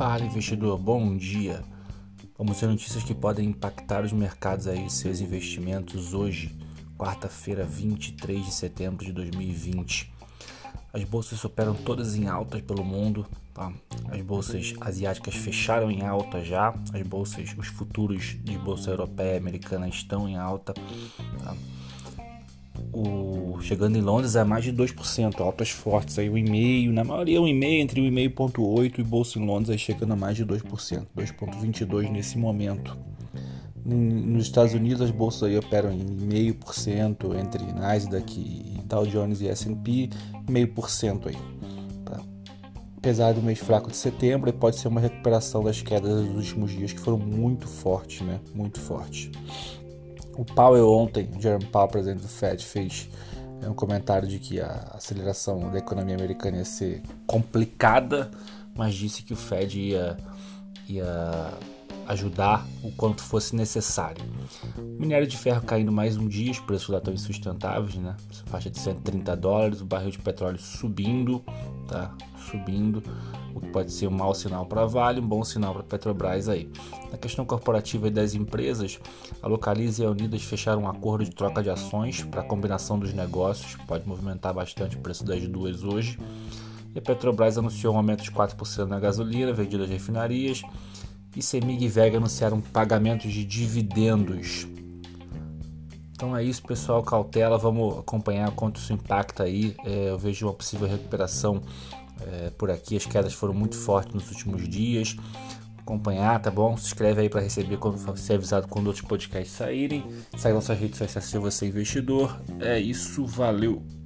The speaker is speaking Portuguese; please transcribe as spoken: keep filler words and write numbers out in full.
Fala, investidor, bom dia. Vamos ver notícias que podem impactar os mercados aí, seus investimentos hoje, quarta-feira, vinte e três de setembro de dois mil e vinte. As bolsas operam todas em altas pelo mundo, tá? As bolsas asiáticas fecharam em alta já, as bolsas, os futuros de bolsa europeia e americana estão em alta, tá? O, chegando em Londres a mais de dois por cento, altas fortes, aí um vírgula cinco por cento, na maioria um vírgula cinco por cento, entre um vírgula cinco por cento e oito por cento, e bolsa em Londres aí chegando a mais de dois por cento, dois vírgula vinte e dois por cento nesse momento. Nos Estados Unidos as bolsas aí operam em zero vírgula cinco por cento, entre Nasdaq e Dow Jones e S and P, zero vírgula cinco por cento aí. Tá? Apesar do mês fraco de setembro, pode ser uma recuperação das quedas dos últimos dias que foram muito fortes, né? Muito fortes. O Powell ontem, Jerome Powell, presidente do Fed, fez um comentário de que a aceleração da economia americana ia ser complicada, mas disse que o Fed ia, ia ajudar o quanto fosse necessário. Minério de ferro caindo mais um dia, os preços lá estão insustentáveis, né? Essa faixa de cento e trinta dólares, o barril de petróleo subindo, tá? Subindo, o que pode ser um mau sinal para a Vale, um bom sinal para a Petrobras aí. Na questão corporativa e das empresas, a Localiza e a Unidas fecharam um acordo de troca de ações para a combinação dos negócios, pode movimentar bastante o preço das duas hoje. E a Petrobras anunciou um aumento de quatro por cento na gasolina vendida às refinarias, e Semig e Vega anunciaram pagamentos de dividendos. Então é isso, pessoal, cautela, vamos acompanhar quanto isso impacta aí. É, eu vejo uma possível recuperação é, por aqui, as quedas foram muito fortes nos últimos dias. Acompanhar, tá bom? Se inscreve aí para receber, quando ser avisado quando outros podcasts saírem. Segue nossas redes sociais se você é investidor. É isso, valeu!